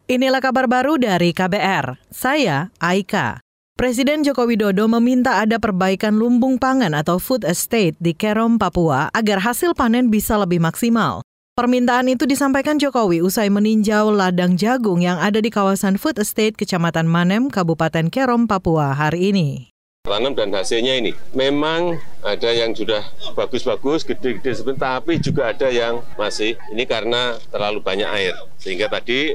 Inilah kabar baru dari KBR, saya Aika. Presiden Joko Widodo meminta ada perbaikan lumbung pangan atau food estate di Kerom, Papua agar hasil panen bisa lebih maksimal. Permintaan itu disampaikan Jokowi usai meninjau ladang jagung yang ada di kawasan food estate Kecamatan Manem, Kabupaten Kerom, Papua hari ini. Tanam dan hasilnya ini memang ada yang sudah bagus-bagus, gede-gede sebentar, tapi juga ada yang masih ini karena terlalu banyak air. Sehingga tadi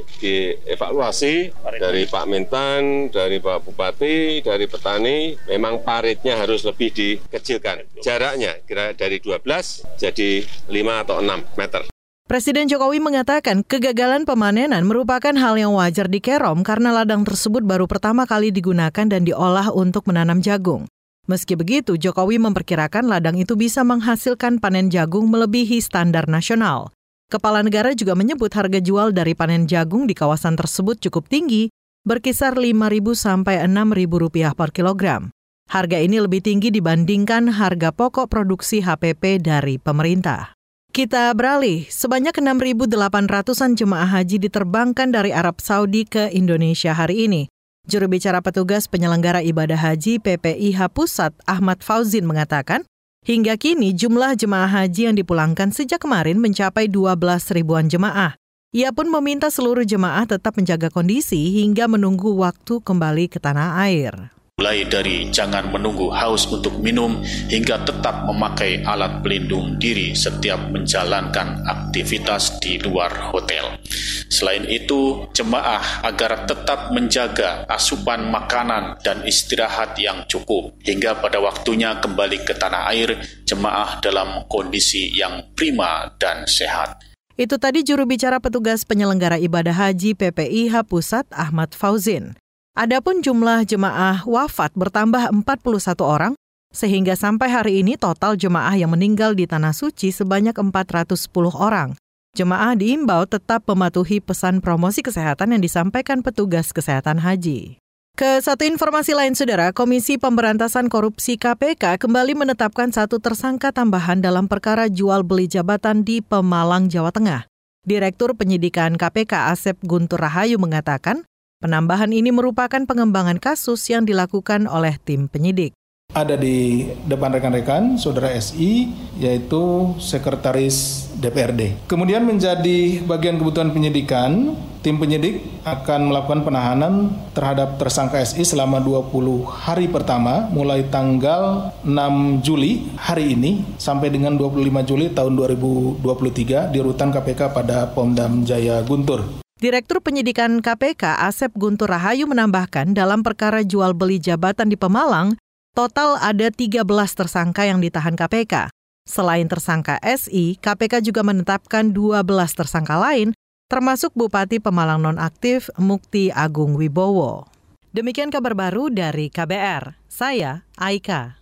dievaluasi dari Pak Mentan, dari Pak Bupati, dari petani, memang paritnya harus lebih dikecilkan. Jaraknya kira dari 12 jadi 5 atau 6 meter. Presiden Jokowi mengatakan kegagalan pemanenan merupakan hal yang wajar di Kerom karena ladang tersebut baru pertama kali digunakan dan diolah untuk menanam jagung. Meski begitu, Jokowi memperkirakan ladang itu bisa menghasilkan panen jagung melebihi standar nasional. Kepala negara juga menyebut harga jual dari panen jagung di kawasan tersebut cukup tinggi, berkisar Rp5.000 sampai Rp6.000 per kilogram. Harga ini lebih tinggi dibandingkan harga pokok produksi HPP dari pemerintah. Kita beralih, sebanyak 6.800-an jemaah haji diterbangkan dari Arab Saudi ke Indonesia hari ini. Juru bicara petugas penyelenggara ibadah haji PPIH Pusat Ahmad Fauzin mengatakan, hingga kini jumlah jemaah haji yang dipulangkan sejak kemarin mencapai 12.000-an jemaah. Ia pun meminta seluruh jemaah tetap menjaga kondisi hingga menunggu waktu kembali ke tanah air. Mulai dari jangan menunggu haus untuk minum hingga tetap memakai alat pelindung diri setiap menjalankan aktivitas di luar hotel. Selain itu, jemaah agar tetap menjaga asupan makanan dan istirahat yang cukup hingga pada waktunya kembali ke tanah air, jemaah dalam kondisi yang prima dan sehat. Itu tadi juru bicara petugas penyelenggara ibadah haji PPIH Pusat Ahmad Fauzin. Adapun jumlah jemaah wafat bertambah 41 orang, sehingga sampai hari ini total jemaah yang meninggal di Tanah Suci sebanyak 410 orang. Jemaah diimbau tetap mematuhi pesan promosi kesehatan yang disampaikan petugas kesehatan haji. Ke satu informasi lain, Saudara, Komisi Pemberantasan Korupsi KPK kembali menetapkan satu tersangka tambahan dalam perkara jual beli jabatan di Pemalang, Jawa Tengah. Direktur Penyidikan KPK Asep Guntur Rahayu mengatakan, penambahan ini merupakan pengembangan kasus yang dilakukan oleh tim penyidik. Ada di depan rekan-rekan, Saudara SI, yaitu Sekretaris DPRD. Kemudian menjadi bagian kebutuhan penyidikan, tim penyidik akan melakukan penahanan terhadap tersangka SI selama 20 hari pertama, mulai tanggal 6 Juli hari ini sampai dengan 25 Juli tahun 2023 di rutan KPK pada Pondam Jaya Guntur. Direktur Penyidikan KPK Asep Guntur Rahayu menambahkan dalam perkara jual beli jabatan di Pemalang, total ada 13 tersangka yang ditahan KPK. Selain tersangka SI, KPK juga menetapkan 12 tersangka lain, termasuk Bupati Pemalang nonaktif Mukti Agung Wibowo. Demikian kabar baru dari KBR, saya Aika.